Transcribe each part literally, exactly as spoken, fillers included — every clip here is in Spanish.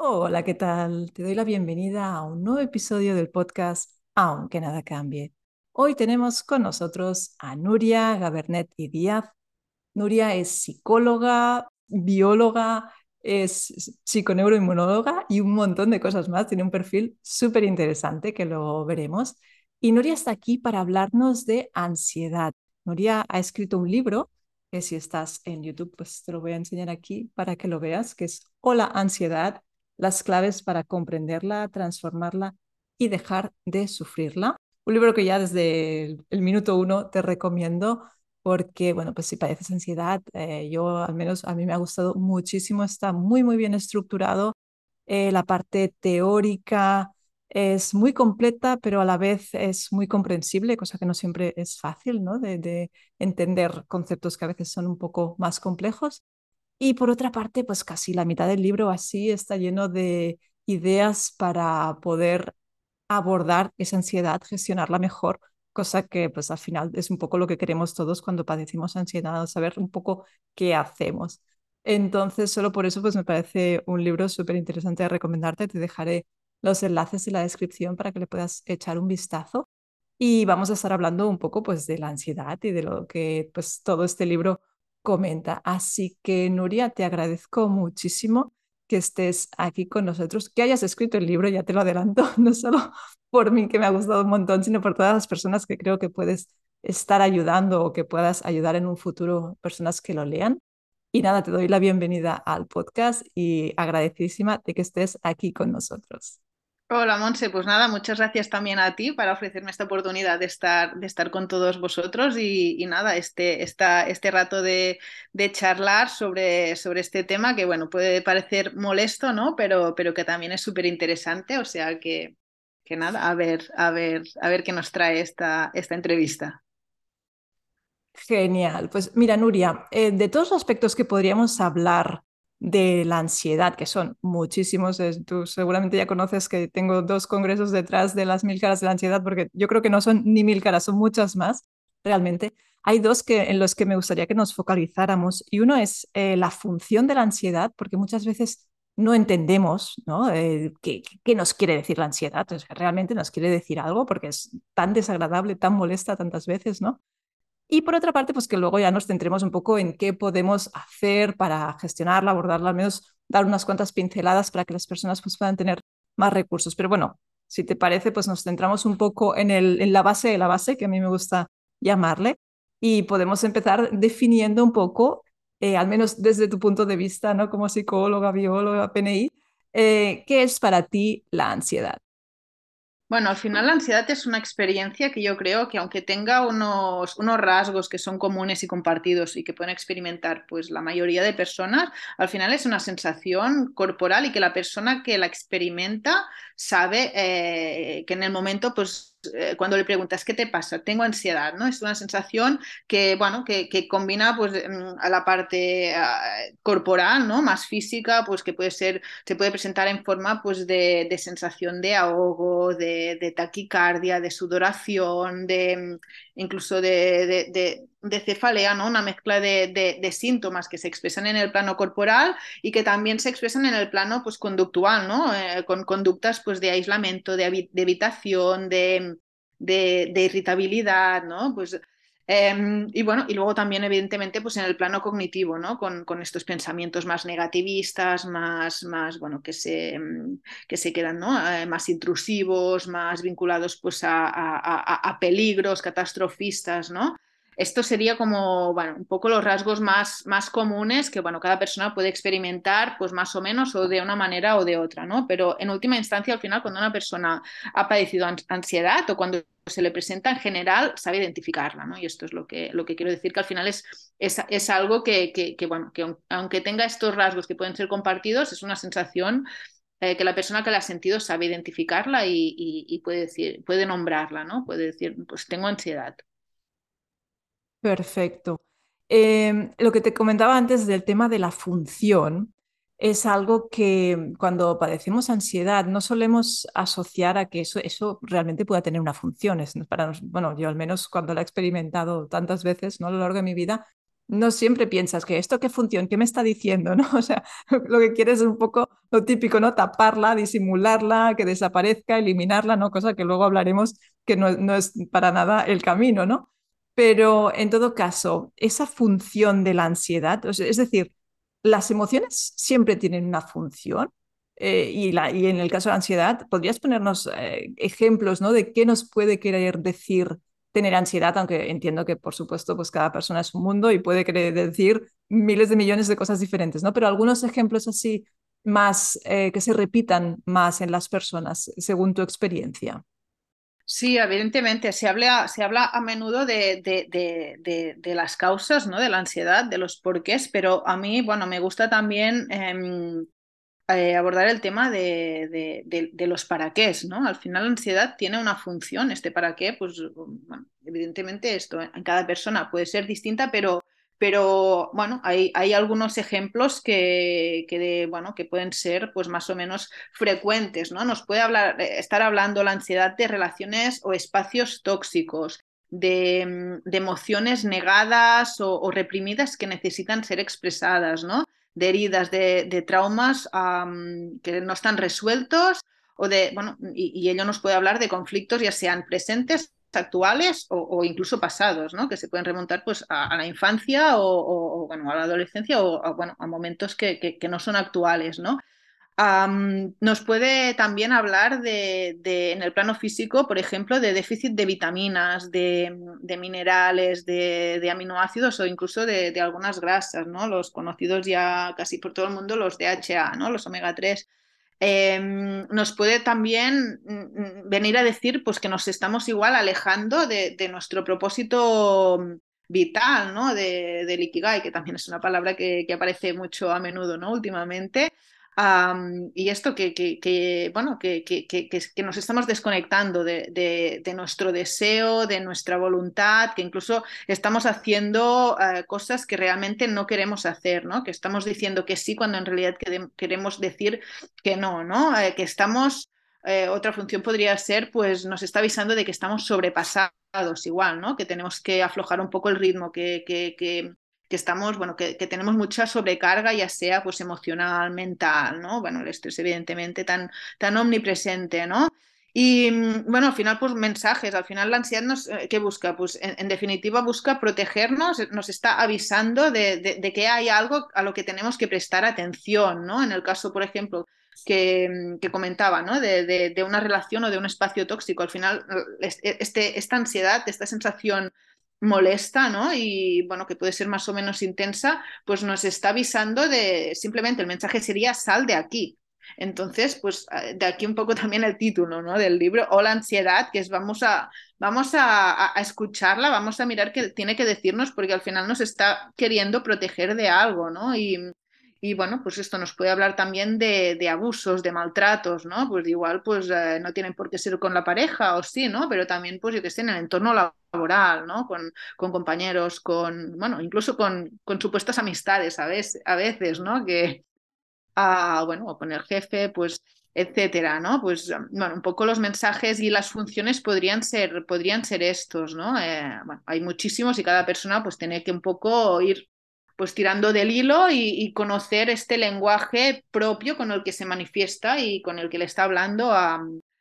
Hola, ¿qué tal? Te doy la bienvenida a un nuevo episodio del podcast Aunque nada cambie. Hoy tenemos con nosotros a Nuria Gabernet y Díaz. Nuria es psicóloga, bióloga, es psiconeuroinmunóloga y un montón de cosas más. Tiene un perfil súper interesante que lo veremos. Y Nuria está aquí para hablarnos de ansiedad. Nuria ha escrito un libro que si estás en YouTube, pues te lo voy a enseñar aquí para que lo veas, que es Hola, ansiedad, las claves para comprenderla, transformarla y dejar de sufrirla. Un libro que ya desde el, el minuto uno te recomiendo porque, bueno, pues si padeces ansiedad, eh, yo al menos a mí me ha gustado muchísimo, está muy, muy bien estructurado. Eh, la parte teórica es muy completa, pero a la vez es muy comprensible, cosa que no siempre es fácil, ¿no? De, de entender conceptos que a veces son un poco más complejos. Y por otra parte, pues casi la mitad del libro así está lleno de ideas para poder abordar esa ansiedad, gestionarla mejor, cosa que pues al final es un poco lo que queremos todos cuando padecimos ansiedad, saber un poco qué hacemos. Entonces, solo por eso pues me parece un libro súper interesante de recomendarte. Te dejaré los enlaces en la descripción para que le puedas echar un vistazo. Y vamos a estar hablando un poco pues de la ansiedad y de lo que pues todo este libro comenta. Así que Nuria, te agradezco muchísimo que estés aquí con nosotros, que hayas escrito el libro, ya te lo adelanto, no solo por mí, que me ha gustado un montón, sino por todas las personas que creo que puedes estar ayudando o que puedas ayudar en un futuro personas que lo lean. Y nada, te doy la bienvenida al podcast y agradecidísima de que estés aquí con nosotros. Hola, Monse, pues nada, muchas gracias también a ti para ofrecerme esta oportunidad de estar, de estar con todos vosotros y, y nada, este, esta, este rato de, de charlar sobre, sobre este tema que, bueno, puede parecer molesto, ¿no? Pero, pero que también es súper interesante, o sea que, que nada, a ver, a ver, a ver qué nos trae esta, esta entrevista. Genial. Pues mira, Nuria, eh, de todos los aspectos que podríamos hablar de la ansiedad, que son muchísimos, es- tú seguramente ya conoces que tengo dos congresos detrás de las mil caras de la ansiedad, porque yo creo que no son ni mil caras, son muchas más, realmente. Hay dos que, en los que me gustaría que nos focalizáramos, y uno es eh, la función de la ansiedad, porque muchas veces no entendemos, ¿no? Eh, qué, qué nos quiere decir la ansiedad. Entonces, realmente nos quiere decir algo, porque es tan desagradable, tan molesta tantas veces, ¿no? Y por otra parte, pues que luego ya nos centremos un poco en qué podemos hacer para gestionarla, abordarla, al menos dar unas cuantas pinceladas para que las personas pues, puedan tener más recursos. Pero bueno, si te parece, pues nos centramos un poco en, el, en la base de la base, que a mí me gusta llamarle, y podemos empezar definiendo un poco, eh, al menos desde tu punto de vista, ¿no? Como psicóloga, bióloga, P N I, eh, ¿qué es para ti la ansiedad? Bueno, al final la ansiedad es una experiencia que yo creo que aunque tenga unos, unos rasgos que son comunes y compartidos y que pueden experimentar pues la mayoría de personas, al final es una sensación corporal y que la persona que la experimenta sabe eh, que en el momento pues eh, cuando le preguntas ¿qué te pasa? Tengo ansiedad, ¿no? Es una sensación que, bueno, que, que combina pues mm, a la parte uh, corporal, ¿no? Más física, pues que puede ser, se puede presentar en forma pues de, de sensación de ahogo, de, de, taquicardia, de sudoración, de incluso de, de, de, de cefalea, ¿no? Una mezcla de, de, de, síntomas que se expresan en el plano corporal y que también se expresan en el plano pues, conductual, ¿no? Eh, con conductas pues, de aislamiento, de, de evitación, de, de, de irritabilidad, ¿no? Pues eh, y bueno, y luego también, evidentemente, pues en el plano cognitivo, ¿no? Con, con estos pensamientos más negativistas, más, más bueno, que se, que se quedan, ¿no? Eh, más intrusivos, más vinculados pues a, a, a, a peligros catastrofistas, ¿no? Esto sería como, bueno, un poco los rasgos más, más comunes que, bueno, cada persona puede experimentar, pues más o menos, o de una manera o de otra, ¿no? Pero en última instancia, al final, cuando una persona ha padecido ansiedad o cuando se le presenta en general, sabe identificarla, ¿no? Y esto es lo que, lo que quiero decir, que al final es, es, es algo que, que, que, bueno, que aunque tenga estos rasgos que pueden ser compartidos, es una sensación eh, que la persona que la ha sentido sabe identificarla y, y, y puede decir, puede nombrarla, ¿no? Puede decir, pues tengo ansiedad. Perfecto. Eh, lo que te comentaba antes del tema de la función es algo que cuando padecemos ansiedad no solemos asociar a que eso, eso realmente pueda tener una función. Es para nos- bueno, yo al menos cuando lo he experimentado tantas veces, ¿no? A lo largo de mi vida, no siempre piensas que esto qué función, qué me está diciendo, ¿no? O sea, lo que quieres es un poco lo típico, ¿no? Taparla, disimularla, que desaparezca, eliminarla, ¿no? Cosa que luego hablaremos que no, no es para nada el camino, ¿no? Pero en todo caso, esa función de la ansiedad, o sea, es decir, las emociones siempre tienen una función. Eh, y, la, y en el caso de la ansiedad, ¿podrías ponernos eh, ejemplos, ¿no? De qué nos puede querer decir tener ansiedad, aunque entiendo que, por supuesto, pues cada persona es un mundo y puede querer decir miles de millones de cosas diferentes, ¿no? Pero algunos ejemplos así más eh, que se repitan más en las personas, según tu experiencia. Sí, evidentemente, se habla, se habla a menudo de, de, de, de, de las causas, ¿no? De la ansiedad, de los porqués, pero a mí, bueno, me gusta también eh, eh, abordar el tema de, de, de, de los para qué, ¿no? Al final la ansiedad tiene una función, este para qué, pues bueno, evidentemente esto en cada persona puede ser distinta, pero, pero bueno, hay, hay algunos ejemplos que, que, de, bueno, que pueden ser pues más o menos frecuentes, ¿no? Nos puede hablar, estar hablando la ansiedad de relaciones o espacios tóxicos, de, de emociones negadas o, o reprimidas que necesitan ser expresadas, ¿no? De heridas, de, de traumas um, que no están resueltos o de, bueno, y, y, ello nos puede hablar de conflictos ya sean presentes, actuales o, o incluso pasados, ¿no? Que se pueden remontar pues a, a la infancia o, o, o, bueno, a la adolescencia o a, bueno, a momentos que, que, que no son actuales, ¿no? Um, nos puede también hablar de, de, en el plano físico, por ejemplo, de déficit de vitaminas, de, de minerales, de, de, aminoácidos o incluso de, de algunas grasas, ¿no? Los conocidos ya casi por todo el mundo, los D H A, ¿no? Los omega tres. Eh, nos puede también venir a decir pues, que nos estamos igual alejando de, de nuestro propósito vital, ¿no? De, del Ikigai, que también es una palabra que, que aparece mucho a menudo, ¿no? Últimamente. Um, y esto que, que, que bueno, que, que, que, que, nos estamos desconectando de, de, de, nuestro deseo, de nuestra voluntad, que incluso estamos haciendo uh, cosas que realmente no queremos hacer, ¿no? Que estamos diciendo que sí cuando en realidad queremos decir que no, ¿no? Eh, que estamos, eh, otra función podría ser, pues nos está avisando de que estamos sobrepasados igual, ¿no? Que tenemos que aflojar un poco el ritmo, que, que, que que estamos, bueno, que, que, tenemos mucha sobrecarga, ya sea pues emocional, mental, ¿no? Bueno, el estrés evidentemente tan, tan omnipresente, ¿no? Y bueno, al final, pues mensajes, al final la ansiedad nos, ¿qué busca? Pues en, en definitiva busca protegernos, nos está avisando de, de, de, que hay algo a lo que tenemos que prestar atención, ¿no? En el caso, por ejemplo, que, que comentaba, ¿no? De, de, de una relación o de un espacio tóxico, al final este, esta ansiedad, esta sensación molesta, ¿no? Y bueno, que puede ser más o menos intensa, pues nos está avisando de, simplemente el mensaje sería sal de aquí. Entonces, pues de aquí un poco también el título, ¿no? Del libro, o la ansiedad, que es vamos a, vamos a, a escucharla, vamos a mirar qué tiene que decirnos, porque al final nos está queriendo proteger de algo, ¿no? Y, y bueno, pues esto nos puede hablar también de, de abusos, de maltratos, ¿no? Pues igual, pues eh, no tienen por qué ser con la pareja o sí, ¿no? Pero también, pues yo que sé, en el entorno laboral, ¿no? Con, con compañeros, con, bueno, incluso con, con supuestas amistades a veces, a veces, ¿no? Que, ah, bueno, o con el jefe, pues, etcétera, ¿no? Pues, bueno, un poco los mensajes y las funciones podrían ser, podrían ser estos, ¿no? Eh, bueno, hay muchísimos y cada persona, pues, tiene que un poco ir pues tirando del hilo y, y, conocer este lenguaje propio con el que se manifiesta y con el que le está hablando a,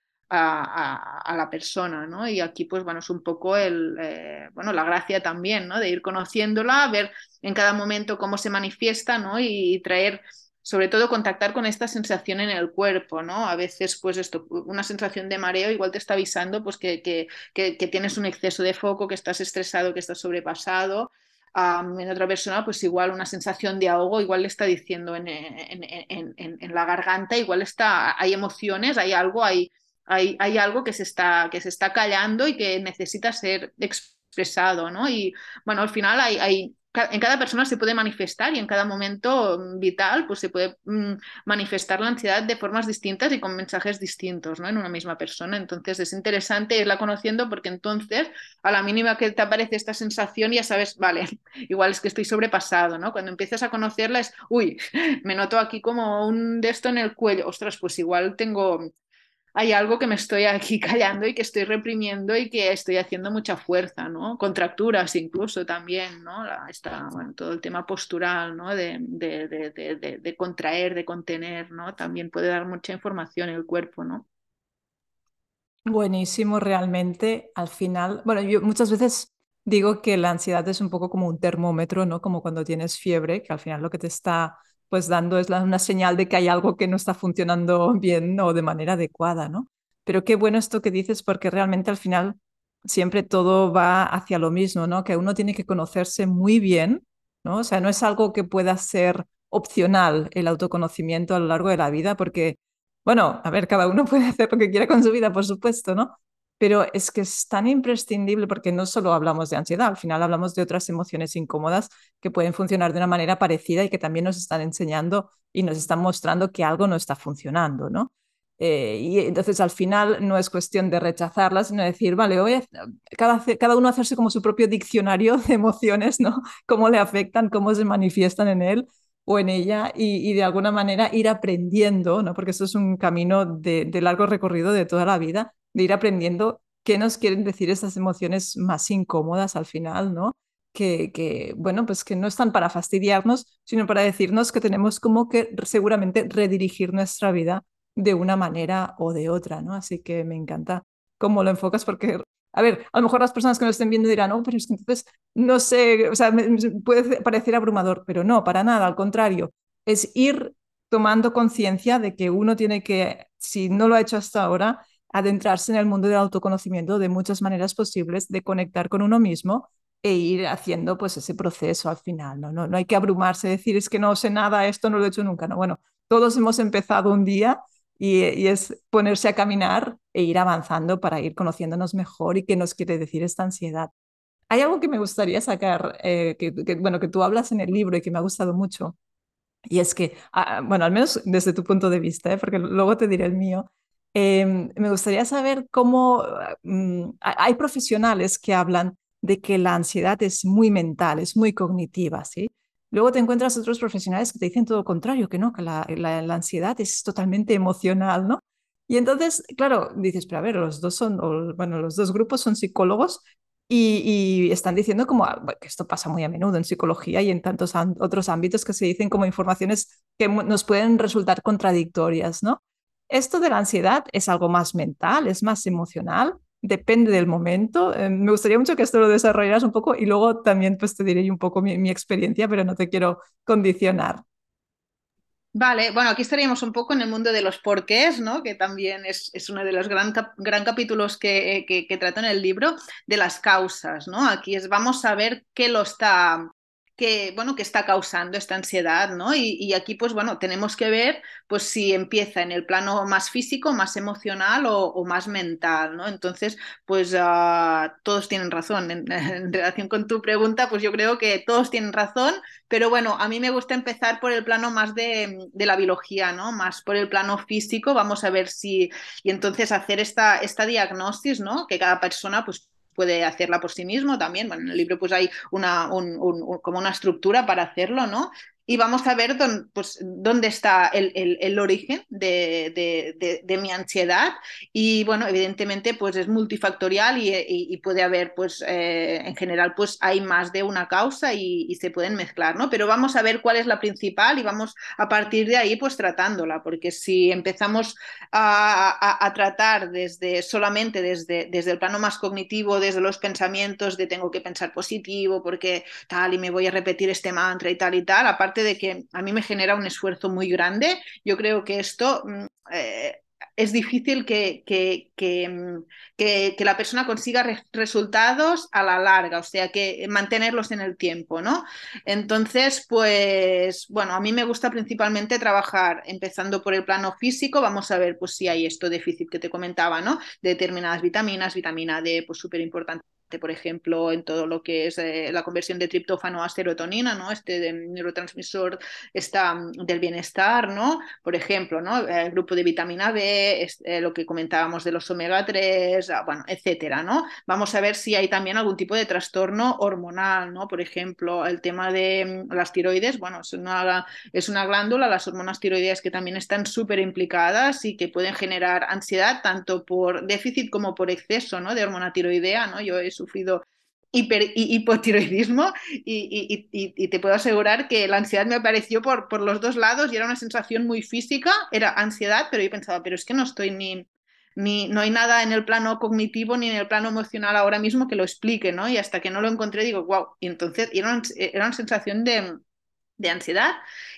a, a, a la persona, ¿no? Y aquí, pues bueno, es un poco el, eh, bueno, la gracia también, ¿no? De ir conociéndola, ver en cada momento cómo se manifiesta, ¿no? Y, y traer, sobre todo, contactar con esta sensación en el cuerpo, ¿no? A veces, pues esto, una sensación de mareo igual te está avisando, pues que, que, que, que tienes un exceso de foco, que estás estresado, que estás sobrepasado. Um, en otra persona, pues igual una sensación de ahogo, igual le está diciendo en, en, en, en, en la garganta, igual está, hay emociones, hay algo, hay, hay, hay algo que se, está, que se está callando y que necesita ser expresado, ¿no? Y bueno, al final hay, hay en cada persona se puede manifestar y en cada momento vital pues se puede mmm, manifestar la ansiedad de formas distintas y con mensajes distintos, ¿no? En una misma persona. Entonces es interesante irla conociendo porque entonces a la mínima que te aparece esta sensación ya sabes, vale, igual es que estoy sobrepasado, ¿no? Cuando empiezas a conocerla es, uy, me noto aquí como un de esto en el cuello, ostras, pues igual tengo hay algo que me estoy aquí callando y que estoy reprimiendo y que estoy haciendo mucha fuerza, ¿no? Contracturas incluso también, ¿no? La, está, bueno, todo el tema postural, ¿no? De, de, de, de, de, de contraer, de contener, ¿no? También puede dar mucha información el cuerpo, ¿no? Buenísimo, realmente. Al final, bueno, yo muchas veces digo que la ansiedad es un poco como un termómetro, ¿no? Como cuando tienes fiebre, que al final lo que te está pues dando es la- una señal de que hay algo que no está funcionando bien o de manera adecuada, ¿no? Pero qué bueno esto que dices porque realmente al final siempre todo va hacia lo mismo, ¿no? Que uno tiene que conocerse muy bien, ¿no? O sea, no es algo que pueda ser opcional el autoconocimiento a lo largo de la vida porque bueno, a ver, cada uno puede hacer lo que quiera con su vida, por supuesto, ¿no? Pero es que es tan imprescindible porque no solo hablamos de ansiedad, al final hablamos de otras emociones incómodas que pueden funcionar de una manera parecida y que también nos están enseñando y nos están mostrando que algo no está funcionando, ¿no? Eh, y entonces al final no es cuestión de rechazarlas, sino decir, vale, voy a, cada, cada uno hacerse como su propio diccionario de emociones, ¿no? Cómo le afectan, cómo se manifiestan en él o en ella y, y, de alguna manera ir aprendiendo, ¿no? Porque esto es un camino de, de largo recorrido de toda la vida, de ir aprendiendo qué nos quieren decir esas emociones más incómodas al final, ¿no? Que, que, bueno, pues que no están para fastidiarnos, sino para decirnos que tenemos como que seguramente redirigir nuestra vida de una manera o de otra, ¿no? Así que me encanta cómo lo enfocas porque, a ver, a lo mejor las personas que nos estén viendo dirán, oh, pero es que entonces no sé, o sea, me, me puede parecer abrumador, pero no, para nada, al contrario, es ir tomando conciencia de que uno tiene que, si no lo ha hecho hasta ahora, adentrarse en el mundo del autoconocimiento de muchas maneras posibles, de conectar con uno mismo e ir haciendo pues ese proceso al final, ¿no? No, no hay que abrumarse, decir es que no sé nada, esto no lo he hecho nunca, no, bueno, todos hemos empezado un día y, y es ponerse a caminar e ir avanzando para ir conociéndonos mejor y qué nos quiere decir esta ansiedad. Hay algo que me gustaría sacar, eh, que, que, bueno, que tú hablas en el libro y que me ha gustado mucho, y es que, ah, bueno, al menos desde tu punto de vista, ¿eh? Porque luego te diré el mío, eh, me gustaría saber cómo mm, hay profesionales que hablan de que la ansiedad es muy mental, es muy cognitiva, ¿sí? Luego te encuentras otros profesionales que te dicen todo lo contrario, que no, que la, la, la ansiedad es totalmente emocional, ¿no? Y entonces, claro, dices, pero a ver, los dos son, o, bueno, los dos grupos son psicólogos y, y están diciendo como ah, bueno, que esto pasa muy a menudo en psicología y en tantos otros ámbitos que se dicen como informaciones que nos pueden resultar contradictorias, ¿no? Esto de la ansiedad es algo más mental, es más emocional, depende del momento. Eh, me gustaría mucho que esto lo desarrollaras un poco y luego también pues te diré un poco mi, mi experiencia, pero no te quiero condicionar. Vale, bueno, aquí estaríamos un poco en el mundo de los porqués, ¿no? Que también es, es uno de los gran, cap gran capítulos que, que, que trato en el libro, de las causas, ¿no? Aquí es, vamos a ver qué lo está, que, bueno, que está causando esta ansiedad, ¿no? Y, y, aquí, pues bueno, tenemos que ver pues si empieza en el plano más físico, más emocional o, o más mental, ¿no? Entonces, pues uh, todos tienen razón. En, en relación con tu pregunta, pues yo creo que todos tienen razón, pero bueno, a mí me gusta empezar por el plano más de, de la biología, ¿no? Más por el plano físico, vamos a ver si, y entonces hacer esta, esta diagnosis, ¿no? Que cada persona, pues puede hacerla por sí mismo también. Bueno, en el libro pues hay una, un, un, un, como una estructura para hacerlo, ¿no? Y vamos a ver don, pues, dónde está el, el, el origen de, de, de, de, mi ansiedad. Y bueno, evidentemente pues es multifactorial y, y, y puede haber, pues eh, en general pues hay más de una causa y, y se pueden mezclar, ¿no? Pero vamos a ver cuál es la principal y vamos a partir de ahí pues tratándola, porque si empezamos a, a, a tratar desde solamente desde, desde el plano más cognitivo, desde los pensamientos de tengo que pensar positivo porque tal y me voy a repetir este mantra y tal y tal, aparte de que a mí me genera un esfuerzo muy grande, yo creo que esto eh, es difícil que, que, que, que, que la persona consiga re resultados a la larga, o sea, que mantenerlos en el tiempo, ¿no? Entonces, pues, bueno, a mí me gusta principalmente trabajar empezando por el plano físico, vamos a ver, pues, si hay esto déficit que te comentaba, ¿no? De determinadas vitaminas, vitamina D, pues, súper importante este, por ejemplo, en todo lo que es eh, la conversión de triptófano a serotonina, ¿no? Este de neurotransmisor está, del bienestar, ¿no? Por ejemplo, ¿no? El grupo de vitamina B, es, eh, lo que comentábamos de los omega tres, bueno, etcétera, ¿no? Vamos a ver si hay también algún tipo de trastorno hormonal, ¿no? Por ejemplo, el tema de las tiroides, bueno, es una, es una glándula, las hormonas tiroideas que también están súper implicadas y que pueden generar ansiedad tanto por déficit como por exceso, ¿no? De hormona tiroidea, ¿no? Yo he sufrido hiper y hipotiroidismo y, y, y, y te puedo asegurar que la ansiedad me apareció por, por los dos lados y era una sensación muy física, era ansiedad, pero yo pensaba, pero es que no estoy ni, ni, no hay nada en el plano cognitivo ni en el plano emocional ahora mismo que lo explique, ¿no? Y hasta que no lo encontré digo, wow, y entonces era una, era una sensación de, de ansiedad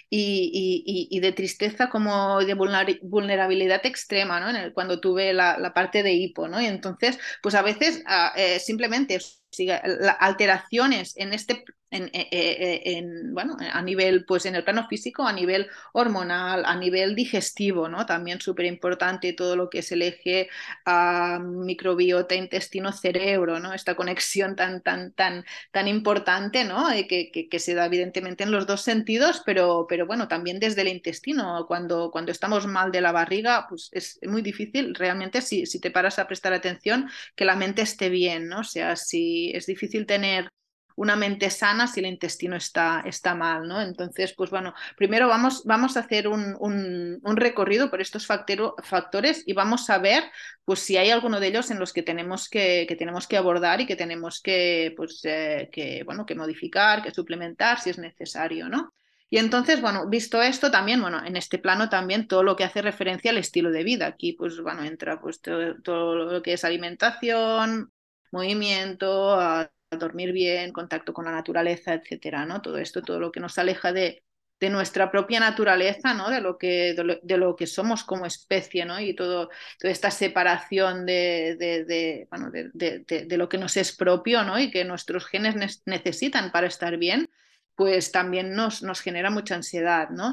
y, y, y, de tristeza como de vulnerabilidad extrema, ¿no? En el, cuando tuve la, la, parte de hipo, ¿no? Y entonces, pues a veces uh, eh, simplemente siga, la, alteraciones en este, en, en, en, bueno, a nivel, pues en el plano físico, a nivel hormonal, a nivel digestivo, ¿no? También súper importante todo lo que es el eje uh, microbiota, intestino, cerebro, ¿no? Esta conexión tan, tan, tan, tan importante, ¿no? Eh, que, que, que se da evidentemente en los dos sentidos, pero, pero bueno, también desde el intestino. Cuando, cuando estamos mal de la barriga, pues es muy difícil realmente si, si te paras a prestar atención que la mente esté bien, ¿no? O sea, si es difícil tener una mente sana si el intestino está, está mal, ¿no? Entonces, pues bueno, primero vamos, vamos a hacer un, un, un recorrido por estos factero, factores y vamos a ver pues si hay alguno de ellos en los que tenemos que, que, tenemos que abordar y que tenemos que, pues, eh, que, bueno, que modificar, que suplementar si es necesario, ¿no? Y entonces, bueno, visto esto también, bueno, en este plano también todo lo que hace referencia al estilo de vida. Aquí, pues, bueno, entra pues todo, todo lo que es alimentación, movimiento, a dormir bien, contacto con la naturaleza, etcétera, ¿no? Todo esto, todo lo que nos aleja de, de nuestra propia naturaleza, ¿no? De lo que, de lo, de lo que somos como especie, ¿no? Y todo, toda esta separación de, de, de, bueno, de, de, de, de lo que nos es propio, ¿no? Y que nuestros genes ne necesitan para estar bien, pues también nos, nos genera mucha ansiedad, ¿no?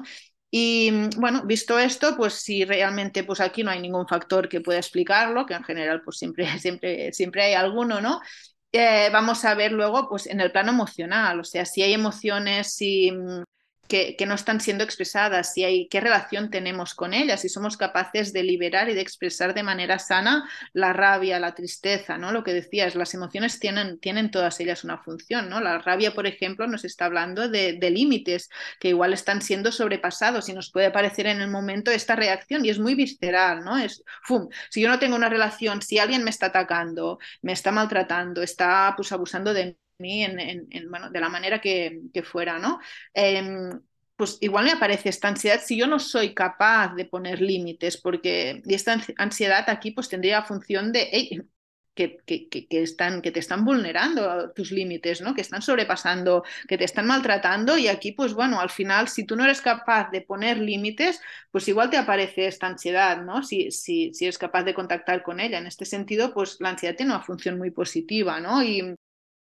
Y bueno, visto esto, pues si realmente pues aquí no hay ningún factor que pueda explicarlo, que en general pues siempre, siempre, siempre hay alguno, ¿no? Eh, vamos a ver luego pues en el plano emocional, o sea, si hay emociones, si, que, que no están siendo expresadas, si hay, qué relación tenemos con ellas, si somos capaces de liberar y de expresar de manera sana la rabia, la tristeza, ¿no? Lo que decías, las emociones tienen, tienen todas ellas una función, ¿no? La rabia, por ejemplo, nos está hablando de, de límites que igual están siendo sobrepasados y nos puede aparecer en el momento esta reacción y es muy visceral, ¿no? Es, ¡fum! Si yo no tengo una relación, si alguien me está atacando, me está maltratando, está pues abusando de mí en, en, en, bueno, de la manera que, que fuera, ¿no? Eh, pues igual me aparece esta ansiedad si yo no soy capaz de poner límites, porque y esta ansiedad aquí pues tendría la función de hey, que, que, que, que, están, que te están vulnerando tus límites, ¿no? Que están sobrepasando, que te están maltratando y aquí pues bueno, al final si tú no eres capaz de poner límites, pues igual te aparece esta ansiedad, ¿no? Si, si, si eres capaz de contactar con ella. En este sentido, pues la ansiedad tiene una función muy positiva, ¿no? Y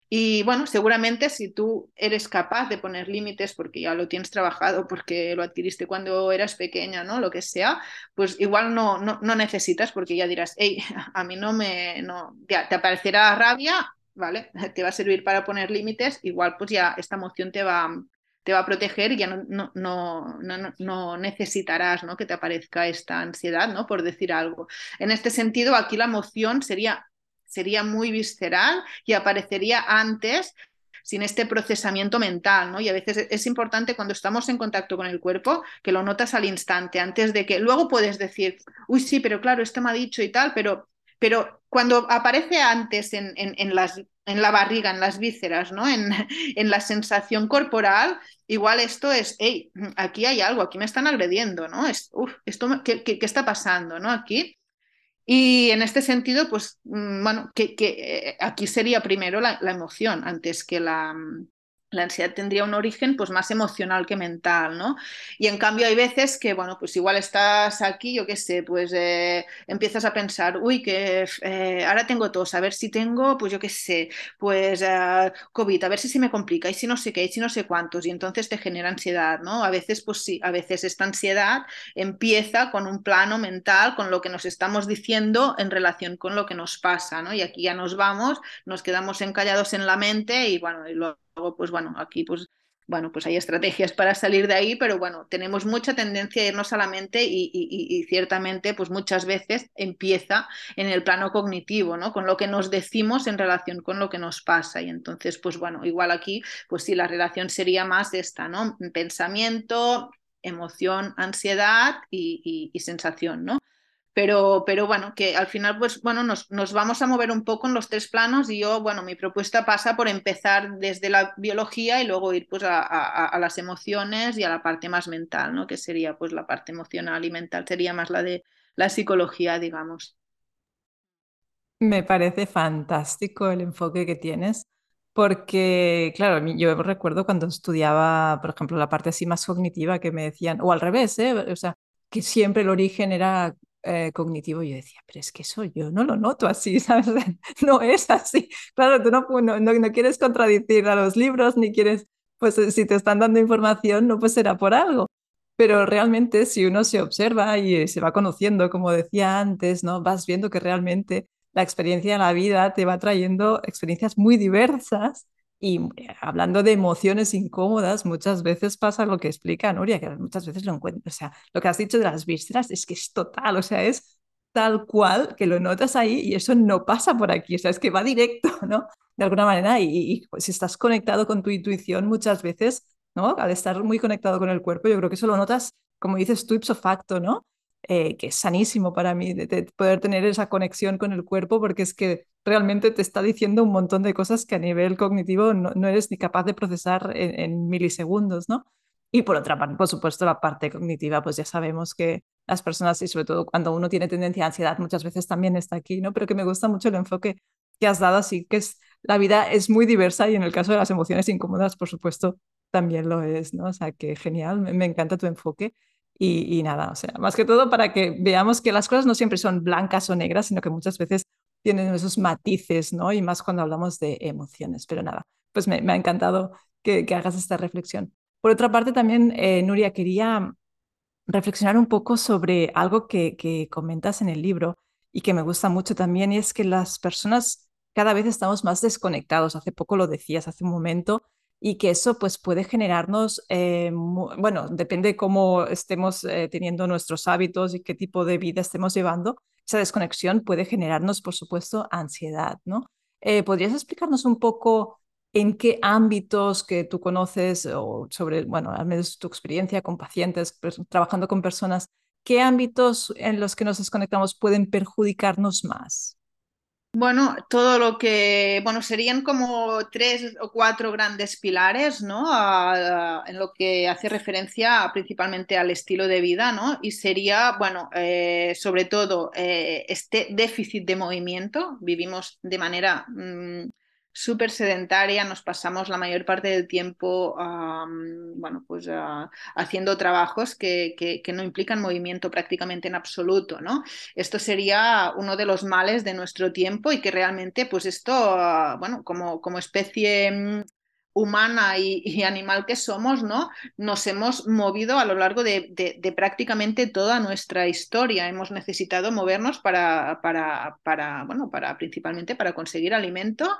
Y bueno, seguramente si tú eres capaz de poner límites porque ya lo tienes trabajado, porque lo adquiriste cuando eras pequeña, ¿no? Lo que sea, pues igual no, no, no necesitas porque ya dirás, hey, a mí no me, no, ya te aparecerá rabia, ¿vale? Te va a servir para poner límites, igual pues ya esta emoción te va, te va a proteger y ya no, no, no, no, no necesitarás, ¿no? Que te aparezca esta ansiedad, ¿no? Por decir algo. En este sentido, aquí la emoción sería sería muy visceral y aparecería antes sin este procesamiento mental, ¿no? Y a veces es importante cuando estamos en contacto con el cuerpo que lo notas al instante, antes de que luego puedes decir, uy, sí, pero claro, esto me ha dicho y tal, pero, pero cuando aparece antes en, en, en, las, en la barriga, en las vísceras, ¿no? En, en la sensación corporal, igual esto es, hey, aquí hay algo, aquí me están agrediendo, ¿no? Es, uf, esto, ¿qué, qué, qué está pasando, ¿no? Aquí. Y en este sentido, pues, bueno, que, que aquí sería primero la, la emoción antes que la, La ansiedad tendría un origen pues más emocional que mental, ¿no? Y en cambio hay veces que, bueno, pues igual estás aquí, yo qué sé, pues eh, empiezas a pensar, uy, que eh, ahora tengo tos, a ver si tengo, pues yo qué sé, pues uh, COVID, a ver si se me complica, y si no sé qué, y si no sé cuántos, y entonces te genera ansiedad, ¿no? A veces, pues sí, a veces esta ansiedad empieza con un plano mental, con lo que nos estamos diciendo en relación con lo que nos pasa, ¿no? Y aquí ya nos vamos, nos quedamos encallados en la mente y, bueno, y luego pues bueno, aquí pues bueno, pues hay estrategias para salir de ahí, pero bueno, tenemos mucha tendencia a irnos a la mente y, y, y ciertamente pues muchas veces empieza en el plano cognitivo, ¿no? Con lo que nos decimos en relación con lo que nos pasa y entonces pues bueno, igual aquí pues sí, la relación sería más de esta, ¿no? Pensamiento, emoción, ansiedad y, y, y sensación, ¿no? Pero, pero bueno, que al final, pues bueno, nos, nos, vamos a mover un poco en los tres planos y yo, bueno, mi propuesta pasa por empezar desde la biología y luego ir pues a, a, a las emociones y a la parte más mental, ¿no? Que sería pues la parte emocional y mental, sería más la de la psicología, digamos. Me parece fantástico el enfoque que tienes, porque, claro, a mí- yo recuerdo cuando estudiaba, por ejemplo, la parte así más cognitiva que me decían, o al revés, ¿eh? O sea, que siempre el origen era eh, cognitivo. Y yo decía, pero es que eso yo no lo noto así, ¿sabes? O sea, no es así. Claro, tú no, no, no, no quieres contradicir a los libros, ni quieres, pues eh, si te están dando información, no pues será por algo. Pero realmente si uno se observa y eh, se va conociendo, como decía antes, ¿no? Vas viendo que realmente la experiencia de la vida te va trayendo experiencias muy diversas y eh, hablando de emociones incómodas, muchas veces pasa lo que explica Nuria, que muchas veces lo encuentro, o sea, lo que has dicho de las vísceras es que es total, o sea, es tal cual que lo notas ahí y eso no pasa por aquí, o sea, es que va directo, ¿no? De alguna manera y, y pues, si estás conectado con tu intuición muchas veces, ¿no? Al estar muy conectado con el cuerpo, yo creo que eso lo notas, como dices tú, ipso facto, ¿no? Eh, que es sanísimo para mí de, de poder tener esa conexión con el cuerpo porque es que realmente te está diciendo un montón de cosas que a nivel cognitivo no, no eres ni capaz de procesar en, en milisegundos, ¿no? Y por otra parte, por supuesto, la parte cognitiva, pues ya sabemos que las personas, y sobre todo cuando uno tiene tendencia a ansiedad, muchas veces también está aquí, ¿no? Pero que me gusta mucho el enfoque que has dado, así que es, la vida es muy diversa y en el caso de las emociones incómodas, por supuesto, también lo es, ¿no? O sea, que genial, me, me encanta tu enfoque. Y, y nada, o sea, más que todo para que veamos que las cosas no siempre son blancas o negras, sino que muchas veces tienen esos matices, ¿no? Y más cuando hablamos de emociones. Pero nada, pues me, me ha encantado que, que, hagas esta reflexión. Por otra parte, también, eh, Nuria, quería reflexionar un poco sobre algo que, que comentas en el libro y que me gusta mucho también, y es que las personas cada vez estamos más desconectados. Hace poco lo decías, hace un momento, y que eso pues puede generarnos, eh, mu- bueno, depende cómo estemos eh, teniendo nuestros hábitos y qué tipo de vida estemos llevando, esa desconexión puede generarnos, por supuesto, ansiedad, ¿no? Eh, ¿podrías explicarnos un poco en qué ámbitos que tú conoces o sobre, bueno, al menos tu experiencia con pacientes, pues, trabajando con personas, qué ámbitos en los que nos desconectamos pueden perjudicarnos más? Bueno, todo lo que, bueno, serían como tres o cuatro grandes pilares, ¿no? A- a- en lo que hace referencia principalmente al estilo de vida, ¿no? Y sería, bueno, eh, sobre todo eh, este déficit de movimiento. Vivimos de manera mm, súper sedentaria, nos pasamos la mayor parte del tiempo, am, bueno, pues ah, haciendo trabajos que, que que no implican movimiento prácticamente en absoluto, ¿no? Esto sería uno de los males de nuestro tiempo y que realmente, pues esto, ah, bueno, como, como especie mm, humana y, y, animal que somos, ¿no? Nos hemos movido a lo largo de, de, de, prácticamente toda nuestra historia. Hemos necesitado movernos para, para, para, bueno, para principalmente para conseguir alimento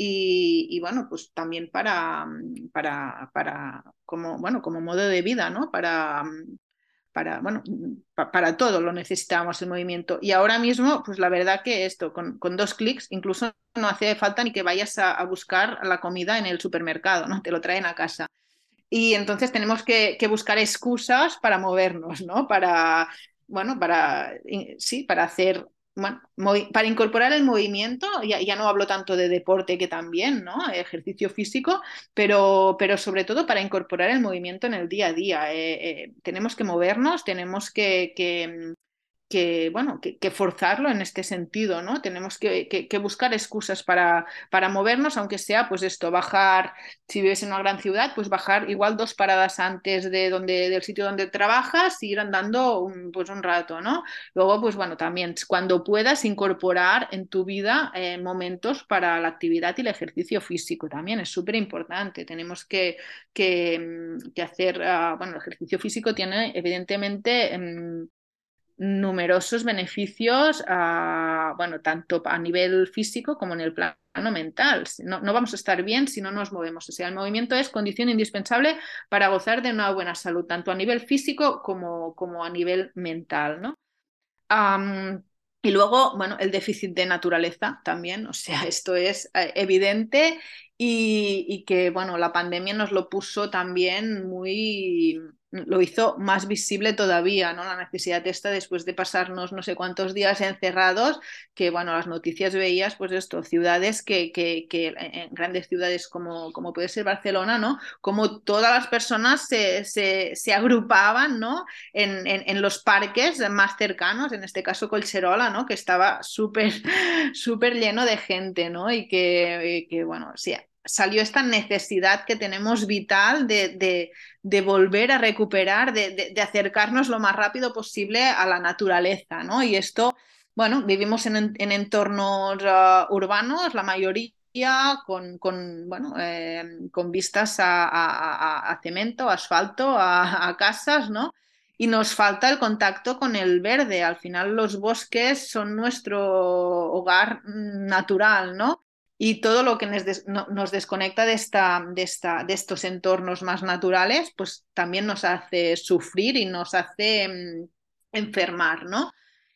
y, y bueno, pues también para, para, para como, bueno, como modo de vida, ¿no? Para para, bueno, pa para todo lo necesitábamos el movimiento. Y ahora mismo, pues la verdad que esto, con, con dos clics, incluso no hace falta ni que vayas a, a, buscar la comida en el supermercado, ¿no? Te lo traen a casa. Y entonces tenemos que, que buscar excusas para movernos, ¿no? Para, bueno, para, sí, para hacer, bueno, para incorporar el movimiento, ya, ya, no hablo tanto de deporte que también, ¿no? Ejercicio físico, pero, pero sobre todo para incorporar el movimiento en el día a día. Eh, eh, tenemos que movernos, tenemos que, que que, bueno, que, que forzarlo en este sentido, ¿no? Tenemos que, que, que buscar excusas para, para movernos, aunque sea, pues esto, bajar, si vives en una gran ciudad, pues bajar igual dos paradas antes de donde, del sitio donde trabajas, y ir andando un, pues un rato, ¿no? Luego, pues bueno, también cuando puedas incorporar en tu vida eh, momentos para la actividad y el ejercicio físico, también es súper importante. Tenemos que, que, que hacer, uh, bueno, el ejercicio físico tiene evidentemente... Um, numerosos beneficios, a, bueno, tanto a nivel físico como en el plano mental. No, no vamos a estar bien si no nos movemos. O sea, el movimiento es condición indispensable para gozar de una buena salud, tanto a nivel físico como, como a nivel mental, ¿no? Um, y luego, bueno, el déficit de naturaleza también, o sea, esto es eh, evidente y, y, que, bueno, la pandemia nos lo puso también muy, lo hizo más visible todavía, ¿no? La necesidad esta después de pasarnos no sé cuántos días encerrados, que, bueno, las noticias veías, pues esto, ciudades que, que, que en grandes ciudades como, como puede ser Barcelona, ¿no? Como todas las personas se, se, se agrupaban, ¿no? En, en, en, los parques más cercanos, en este caso Collserola, ¿no? Que estaba súper, súper lleno de gente, ¿no? Y que, y que bueno, sí, salió esta necesidad que tenemos vital de, de, de volver a recuperar, de, de, de, acercarnos lo más rápido posible a la naturaleza, ¿no? Y esto, bueno, vivimos en, en entornos uh, urbanos, la mayoría con, con, bueno, eh, con vistas a, a, a cemento, asfalto, a, a casas, ¿no? Y nos falta el contacto con el verde. Al final los bosques son nuestro hogar natural, ¿no? Y todo lo que nos, des, no, nos desconecta de, esta, de, esta, de estos entornos más naturales, pues también nos hace sufrir y nos hace mmm, enfermar, ¿no?